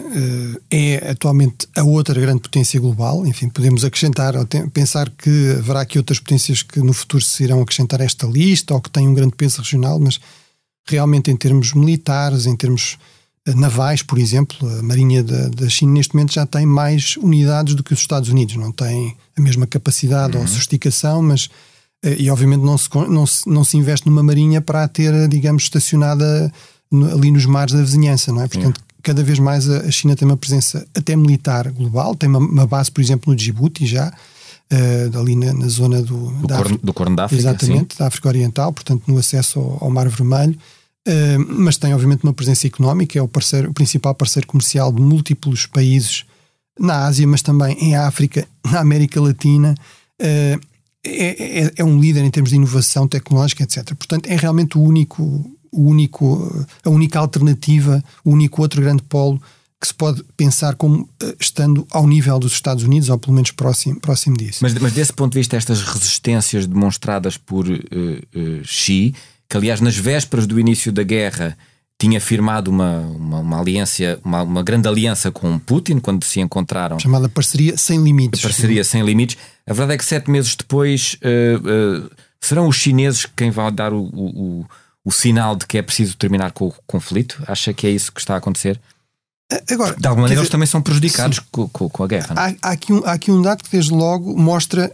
é atualmente a outra grande potência global. Enfim, podemos acrescentar ou pensar que haverá aqui outras potências que no futuro se irão acrescentar a esta lista ou que têm um grande peso regional, mas realmente em termos militares, em termos navais, por exemplo, a Marinha da, da China neste momento já tem mais unidades do que os Estados Unidos. Não tem a mesma capacidade uhum. ou sofisticação, mas e obviamente não se, não, se, não se investe numa marinha para a ter, digamos, estacionada no, ali nos mares da vizinhança, não é? Portanto, cada vez mais a China tem uma presença até militar global, tem uma, uma base, por exemplo, no Djibouti já, uh, ali na, na zona do, do, da corno, do Corno da África. Exatamente, sim. Da África Oriental, portanto no acesso ao, ao Mar Vermelho, uh, mas tem obviamente uma presença económica, é o, parceiro, o principal parceiro comercial de múltiplos países na Ásia, mas também em África, na América Latina, uh, é, é, é um líder em termos de inovação tecnológica, etcétera. Portanto, é realmente o único, o único, a única alternativa, o único outro grande polo que se pode pensar como uh, estando ao nível dos Estados Unidos, ou pelo menos próximo, próximo disso. Mas, mas desse ponto de vista, estas resistências demonstradas por uh, uh, Xi, que aliás nas vésperas do início da guerra tinha firmado uma, uma, uma aliança, uma, uma grande aliança com Putin, quando se encontraram. Chamada Parceria Sem Limites. Parceria Sem Limites. A verdade é que sete meses depois uh, uh, serão os chineses quem vão dar o, o, o sinal de que é preciso terminar com o conflito? Acha que é isso que está a acontecer? Agora, de alguma maneira dizer, eles também são prejudicados com, com, com a guerra. Há, há, aqui um, há aqui um dado que desde logo mostra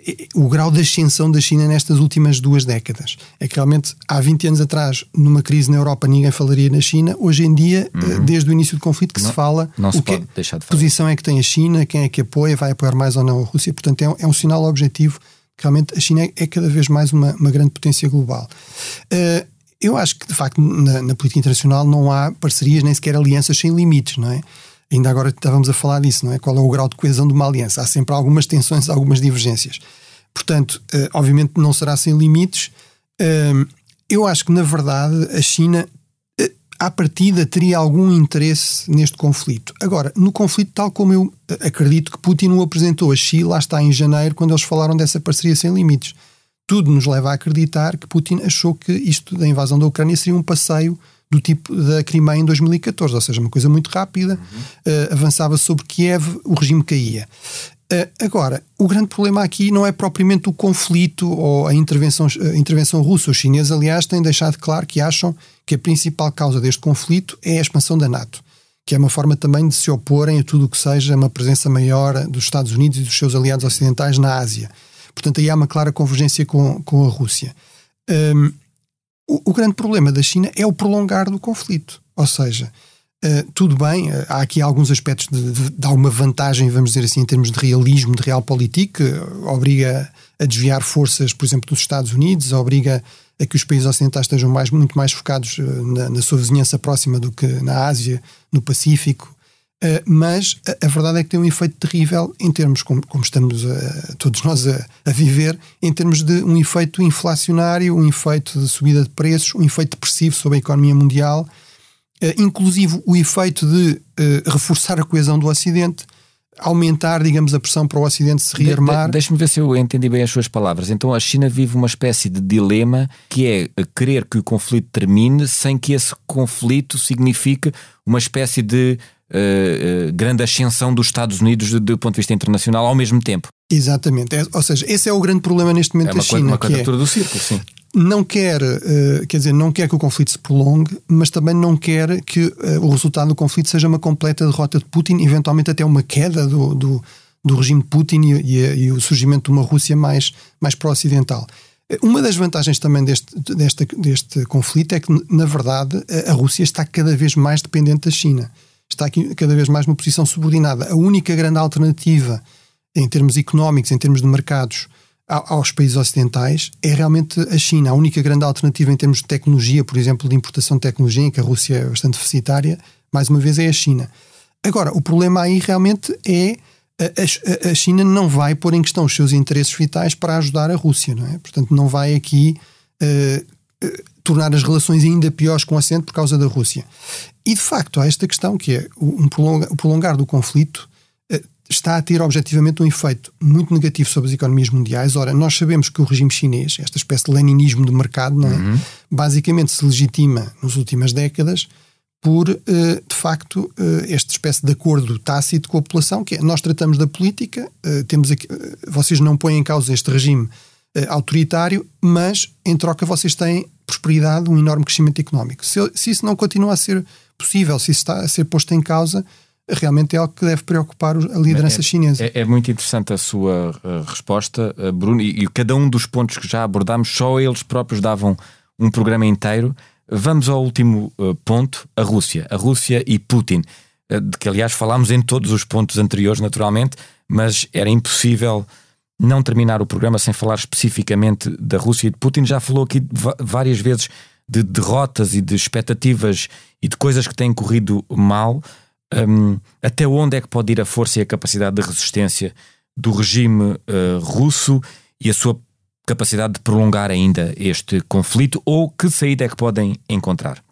o grau de ascensão da China nestas últimas duas décadas. É que realmente há vinte anos atrás, numa crise na Europa, ninguém falaria na China. Hoje em dia, uhum. desde o início do conflito, que não, se fala não o se que pode deixar de falar. Posição é que tem a China, quem é que apoia, vai apoiar mais ou não a Rússia. Portanto, é, é um sinal objetivo que realmente a China é, é cada vez mais uma, uma grande potência global. Uh, eu acho que, de facto, na, na política internacional não há parcerias, nem sequer alianças sem limites, não é? Ainda agora estávamos a falar disso, não é? Qual é o grau de coesão de uma aliança? Há sempre algumas tensões, algumas divergências. Portanto, uh, obviamente não será sem limites. Uh, eu acho que, na verdade, a China, uh, à partida, teria algum interesse neste conflito. Agora, no conflito, tal como eu acredito que Putin o apresentou a Xi, lá está em janeiro, quando eles falaram dessa parceria sem limites. Tudo nos leva a acreditar que Putin achou que isto da invasão da Ucrânia seria um passeio do tipo da Crimeia em dois mil e catorze, ou seja, uma coisa muito rápida, uhum. uh, avançava sobre Kiev, o regime caía. Uh, agora, o grande problema aqui não é propriamente o conflito ou a intervenção, a intervenção russa. Os chineses, aliás, têm deixado claro que acham que a principal causa deste conflito é a expansão da NATO, que é uma forma também de se oporem a tudo o que seja uma presença maior dos Estados Unidos e dos seus aliados ocidentais na Ásia. Portanto, aí há uma clara convergência com, com a Rússia. Um, o, o grande problema da China é o prolongar do conflito. Ou seja, Uh, tudo bem, uh, há aqui alguns aspectos de, de, de alguma vantagem, vamos dizer assim, em termos de realismo, de realpolitik, que uh, obriga a desviar forças, por exemplo, dos Estados Unidos, obriga a que os países ocidentais estejam mais, muito mais focados uh, na, na sua vizinhança próxima do que na Ásia, no Pacífico, uh, mas a, a verdade é que tem um efeito terrível em termos, como, como estamos a, todos nós a, a viver, em termos de um efeito inflacionário, um efeito de subida de preços, um efeito depressivo sobre a economia mundial. Uh, inclusive o efeito de uh, reforçar a coesão do Ocidente, aumentar, digamos, a pressão para o Ocidente se rearmar. De, de, Deixe-me ver se eu entendi bem as suas palavras. Então a China vive uma espécie de dilema que é querer que o conflito termine sem que esse conflito signifique uma espécie de uh, uh, grande ascensão dos Estados Unidos do, do ponto de vista internacional ao mesmo tempo. Exatamente. É, ou seja, esse é o grande problema neste momento é uma da China. É uma quadratura é, do círculo, sim. Não quer, uh, quer dizer, não quer que o conflito se prolongue, mas também não quer que uh, o resultado do conflito seja uma completa derrota de Putin, eventualmente até uma queda do, do, do regime de Putin e, e, e o surgimento de uma Rússia mais, mais pró-ocidental. Uma das vantagens também deste, deste, deste conflito é que, na verdade, a Rússia está cada vez mais dependente da China. Está aqui cada vez mais numa posição subordinada. A única grande alternativa em termos económicos, em termos de mercados, aos países ocidentais é realmente a China. A única grande alternativa em termos de tecnologia, por exemplo, de importação de tecnologia, em que a Rússia é bastante deficitária, mais uma vez é a China. Agora, o problema aí realmente é a, a, a China não vai pôr em questão os seus interesses vitais para ajudar a Rússia, não é? Portanto, não vai aqui uh, uh, tornar as relações ainda piores com o Ocidente por causa da Rússia. E, de facto, há esta questão que é um prolonga, o prolongar do conflito uh, está a ter objetivamente um efeito muito negativo sobre as economias mundiais. Ora, nós sabemos que o regime chinês, esta espécie de leninismo de mercado, não é? Uhum. Basicamente se legitima nas últimas décadas por, de facto, esta espécie de acordo tácito com a população, que é, nós tratamos da política, temos aqui, vocês não põem em causa este regime autoritário, mas em troca vocês têm prosperidade, um enorme crescimento económico. Se, se isso não continua a ser possível, se isso está a ser posto em causa, realmente é algo que deve preocupar a liderança é, chinesa. É, é muito interessante a sua uh, resposta, uh, Bruno, e, e cada um dos pontos que já abordámos, só eles próprios davam um programa inteiro. Vamos ao último uh, ponto, a Rússia. A Rússia e Putin, uh, de que aliás falámos em todos os pontos anteriores, naturalmente, mas era impossível não terminar o programa sem falar especificamente da Rússia e de Putin. Já falou aqui v- várias vezes de derrotas e de expectativas e de coisas que têm corrido mal. Um, até onde é que pode ir a força e a capacidade de resistência do regime uh, russo e a sua capacidade de prolongar ainda este conflito, ou que saída é que podem encontrar?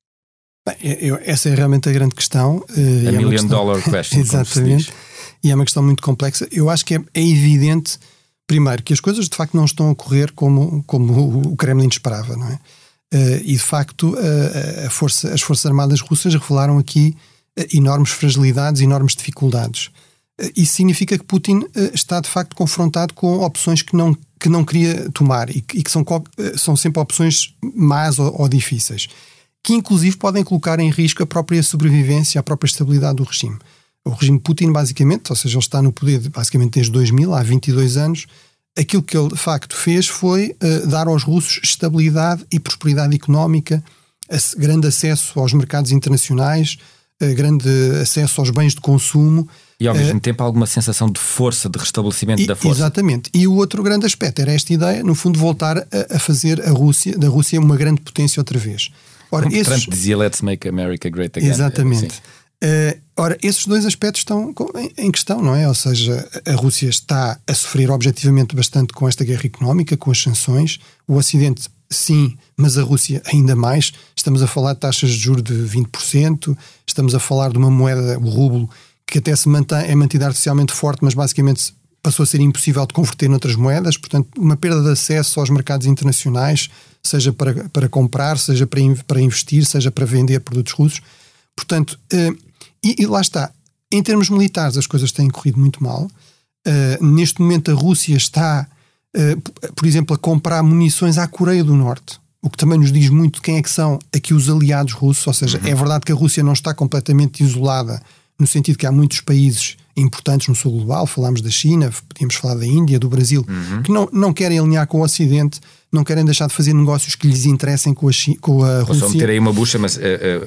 Bem, eu, essa é realmente a grande questão. Uh, a é million questão... dollar question. Exatamente. E é uma questão muito complexa. Eu acho que é, é evidente, primeiro, que as coisas de facto não estão a correr como, como o Kremlin esperava, não é? Uh, e de facto uh, a força, as Forças Armadas russas revelaram aqui uh, enormes fragilidades, enormes dificuldades. Uh, isso significa que Putin uh, está de facto confrontado com opções que não, que não queria tomar e que, e que são, uh, são sempre opções más ou, ou difíceis, que inclusive podem colocar em risco a própria sobrevivência, a própria estabilidade do regime. O regime Putin, basicamente, ou seja, ele está no poder basicamente desde dois mil, há vinte e dois anos. Aquilo que ele de facto fez foi uh, dar aos russos estabilidade e prosperidade económica, a, grande acesso aos mercados internacionais, uh, grande acesso aos bens de consumo. E ao mesmo uh, tempo alguma sensação de força, de restabelecimento e, da força. Exatamente. E o outro grande aspecto era esta ideia, no fundo, de voltar a, a fazer a Rússia, da Rússia uma grande potência outra vez. Ora, Como esses... Trump dizia, let's make America great again. Exatamente. Uh, ora, esses dois aspectos estão em questão, não é? Ou seja, a Rússia está a sofrer objetivamente bastante com esta guerra económica, com as sanções. O Ocidente, sim, mas a Rússia ainda mais. Estamos a falar de taxas de juros de vinte por cento, estamos a falar de uma moeda, o rublo, que até se mantém, é mantida artificialmente forte, mas basicamente passou a ser impossível de converter noutras moedas. Portanto, uma perda de acesso aos mercados internacionais, seja para, para comprar, seja para, para investir, seja para vender produtos russos. Portanto, uh, e, e lá está, em termos militares as coisas têm corrido muito mal. Uh, neste momento a Rússia está, uh, por exemplo, a comprar munições à Coreia do Norte, o que também nos diz muito quem é que são aqui os aliados russos, ou seja, uhum. É verdade que a Rússia não está completamente isolada, no sentido que há muitos países importantes no sul global, falámos da China, podíamos falar da Índia, do Brasil, uhum. que não, não querem alinhar com o Ocidente, não querem deixar de fazer negócios que lhes interessem com a, Chi, com a Rússia. Vou só meter aí uma bucha, mas uh, uh,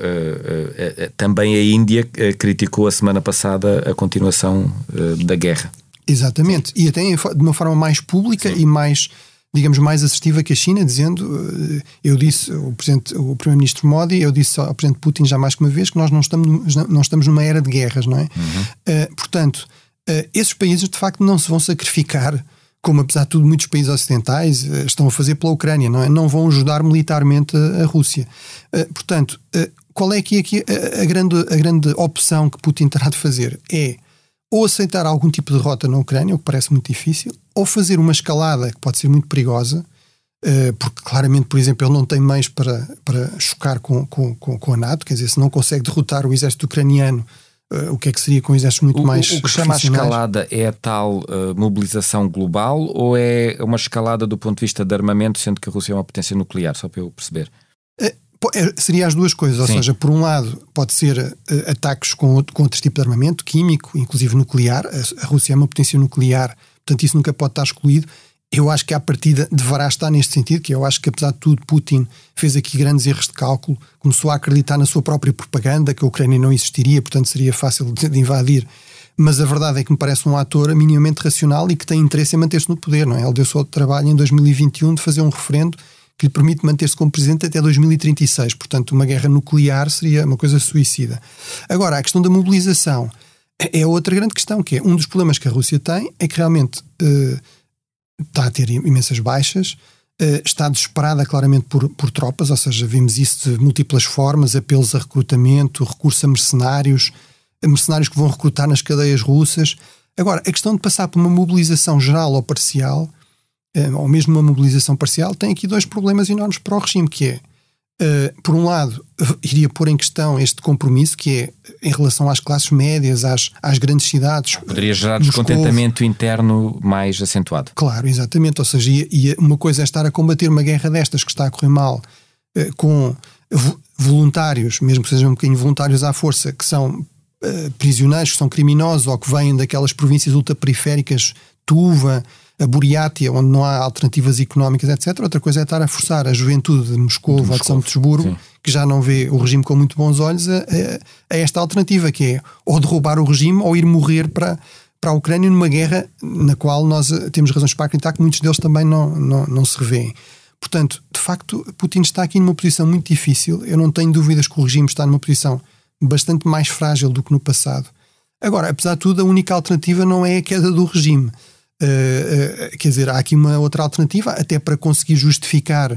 uh, uh, também a Índia uh, criticou a semana passada a continuação uh, da guerra. Exatamente, e até de uma forma mais pública Sim. e mais, digamos, mais assertiva que a China, dizendo, uh, eu disse, o, presidente, o primeiro-ministro Modi, eu disse ao presidente Putin já mais que uma vez que nós não estamos, não estamos numa era de guerras, não é? Uhum. Uh, portanto, uh, esses países de facto não se vão sacrificar, como apesar de tudo muitos países ocidentais uh, estão a fazer pela Ucrânia, não é? Não vão ajudar militarmente a, a Rússia. Uh, portanto, uh, qual é aqui, aqui a, a, grande, a grande opção que Putin terá de fazer? É ou aceitar algum tipo de derrota na Ucrânia, o que parece muito difícil, ou fazer uma escalada que pode ser muito perigosa, uh, porque claramente, por exemplo, ele não tem meios para, para chocar com, com, com, com a NATO, quer dizer, se não consegue derrotar o exército ucraniano, Uh, o que é que seria com exércitos muito o, mais o que chama a escalada é a tal uh, mobilização global ou é uma escalada do ponto de vista de armamento, sendo que a Rússia é uma potência nuclear, só para eu perceber? Uh, seria as duas coisas, ou Sim. seja, por um lado pode ser uh, ataques com outro, com outro tipo de armamento, químico, inclusive nuclear. A, a Rússia é uma potência nuclear, portanto isso nunca pode estar excluído. Eu acho que à partida deverá estar neste sentido, que eu acho que apesar de tudo Putin fez aqui grandes erros de cálculo, começou a acreditar na sua própria propaganda, que a Ucrânia não existiria, portanto seria fácil de, de invadir, mas a verdade é que me parece um ator minimamente racional e que tem interesse em manter-se no poder, não é? Ele deu-se ao trabalho em dois mil e vinte e um de fazer um referendo que lhe permite manter-se como presidente até dois mil e trinta e seis, portanto uma guerra nuclear seria uma coisa suicida. Agora, a questão da mobilização é outra grande questão, que é um dos problemas que a Rússia tem, é que realmente... Uh, está a ter imensas baixas, está desesperada claramente por, por tropas, ou seja, vimos isso de múltiplas formas, apelos a recrutamento, recurso a mercenários, a mercenários que vão recrutar nas cadeias russas. Agora, a questão de passar por uma mobilização geral ou parcial, ou mesmo uma mobilização parcial, tem aqui dois problemas enormes para o regime, que é, Uh, por um lado, iria pôr em questão este compromisso, que é em relação às classes médias, às, às grandes cidades. Poderia gerar descontentamento interno mais acentuado. Claro, exatamente. Ou seja, e, e uma coisa é estar a combater uma guerra destas que está a correr mal, uh, com voluntários, mesmo que sejam um bocadinho voluntários à força, que são uh, prisioneiros, que são criminosos ou que vêm daquelas províncias ultraperiféricas Tuva, a Buriátia, onde não há alternativas económicas, etcétera. Outra coisa é estar a forçar a juventude de Moscou ou de São Petersburgo, sim, que já não vê o regime com muito bons olhos, a, a, a esta alternativa, que é ou derrubar o regime ou ir morrer para, para a Ucrânia numa guerra na qual nós temos razões para acreditar que muitos deles também não, não, não se revêem. Portanto, de facto, Putin está aqui numa posição muito difícil. Eu não tenho dúvidas que o regime está numa posição bastante mais frágil do que no passado. Agora, apesar de tudo, a única alternativa não é a queda do regime. Uh, uh, quer dizer, há aqui uma outra alternativa, até para conseguir justificar,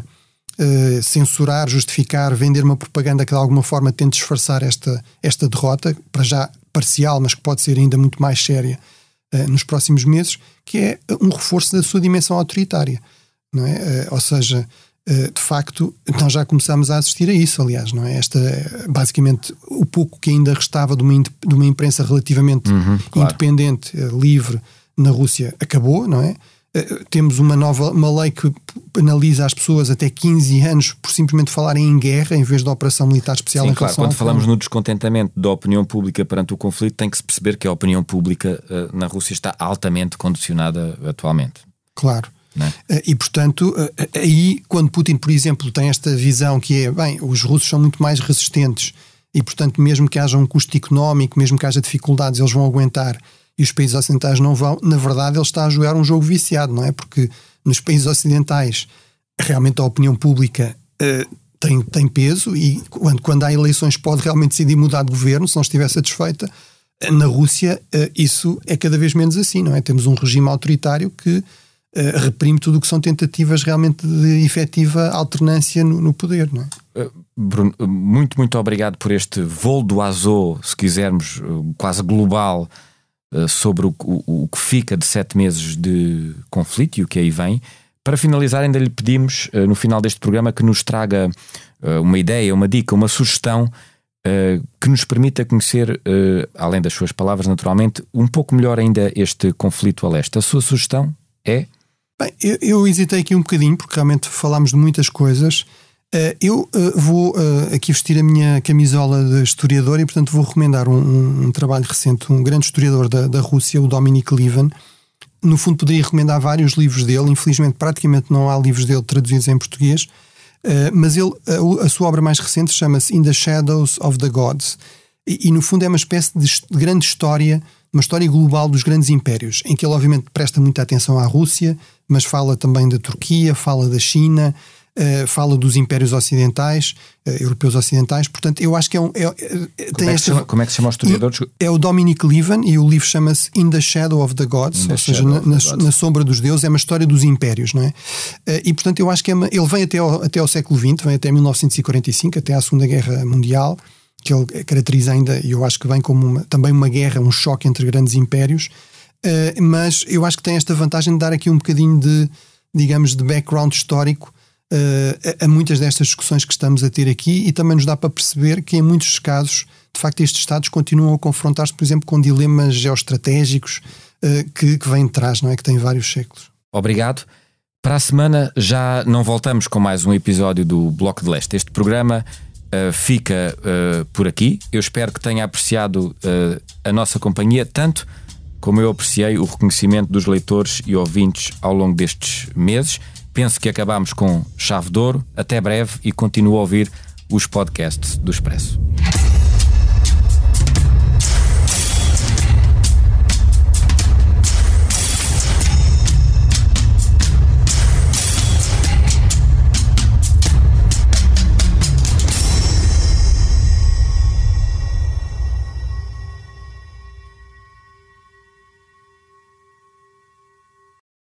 uh, censurar, justificar, vender uma propaganda que de alguma forma tente disfarçar esta, esta derrota, para já parcial, mas que pode ser ainda muito mais séria uh, nos próximos meses, que é um reforço da sua dimensão autoritária. Não é? Uh, ou seja, uh, de facto, nós já começamos a assistir a isso, aliás, não é? Esta, basicamente, o pouco que ainda restava de uma, de uma imprensa relativamente uhum, claro. independente, uh, livre, na Rússia acabou, não é? Uh, temos uma nova uma lei que penaliza as pessoas até quinze anos por simplesmente falarem em guerra em vez de operação militar especial. Sim, em claro, quando falamos no descontentamento da opinião pública perante o conflito, tem que se perceber que a opinião pública uh, na Rússia está altamente condicionada atualmente. Claro. Não é? Uh, e portanto, uh, aí quando Putin, por exemplo, tem esta visão que é, bem, os russos são muito mais resistentes e portanto mesmo que haja um custo económico, mesmo que haja dificuldades, eles vão aguentar e os países ocidentais não vão, na verdade ele está a jogar um jogo viciado, não é? Porque nos países ocidentais realmente a opinião pública uh, tem, tem peso e quando, quando há eleições pode realmente decidir mudar de governo se não estiver satisfeita. Na Rússia uh, isso é cada vez menos assim, não é? Temos um regime autoritário que uh, reprime tudo o que são tentativas realmente de efetiva alternância no, no poder, não é? Uh, Bruno, muito, muito obrigado por este voo do Azov, se quisermos, uh, quase global, sobre o, o, o que fica de sete meses de conflito e o que aí vem. Para finalizar, ainda lhe pedimos, uh, no final deste programa, que nos traga uh, uma ideia, uma dica, uma sugestão uh, que nos permita conhecer, uh, além das suas palavras naturalmente, um pouco melhor ainda este conflito a leste. A sua sugestão é? Bem, eu, eu hesitei aqui um bocadinho, porque realmente falámos de muitas coisas. Uh, eu uh, vou uh, aqui vestir a minha camisola de historiador e, portanto, vou recomendar um, um, um trabalho recente, um grande historiador da, da Rússia, o Dominic Livan. No fundo, poderia recomendar vários livros dele. Infelizmente, praticamente não há livros dele traduzidos em português. Uh, mas ele, a, a sua obra mais recente chama-se In the Shadows of the Gods. E, e, no fundo, é uma espécie de, de grande história, uma história global dos grandes impérios, em que ele, obviamente, presta muita atenção à Rússia, mas fala também da Turquia, fala da China... Uh, fala dos impérios ocidentais, uh, europeus ocidentais, portanto eu acho que é um... É, é, como, tem é esta, chama, como é que se chama o historiador? É o Dominic Livan e o livro chama-se In the Shadow of the Gods, In ou seja, na, na, na sombra dos deuses, é uma história dos impérios, não é? Uh, e portanto eu acho que é uma, ele vem até ao, até ao século vinte, vem até mil novecentos e quarenta e cinco, até à Segunda Guerra Mundial, que ele caracteriza ainda, e eu acho que vem como uma, também uma guerra, um choque entre grandes impérios, uh, mas eu acho que tem esta vantagem de dar aqui um bocadinho de, digamos, de background histórico Uh, a, a muitas destas discussões que estamos a ter aqui, e também nos dá para perceber que em muitos casos, de facto, estes Estados continuam a confrontar-se, por exemplo, com dilemas geoestratégicos uh, que, que vêm de trás, não é? Que têm vários séculos. Obrigado. Para a semana já não voltamos com mais um episódio do Bloco de Leste. Este programa uh, fica uh, por aqui. Eu espero que tenha apreciado uh, a nossa companhia, tanto como eu apreciei o reconhecimento dos leitores e ouvintes ao longo destes meses. Penso que acabamos com chave de ouro. Até breve e continuo a ouvir os podcasts do Expresso.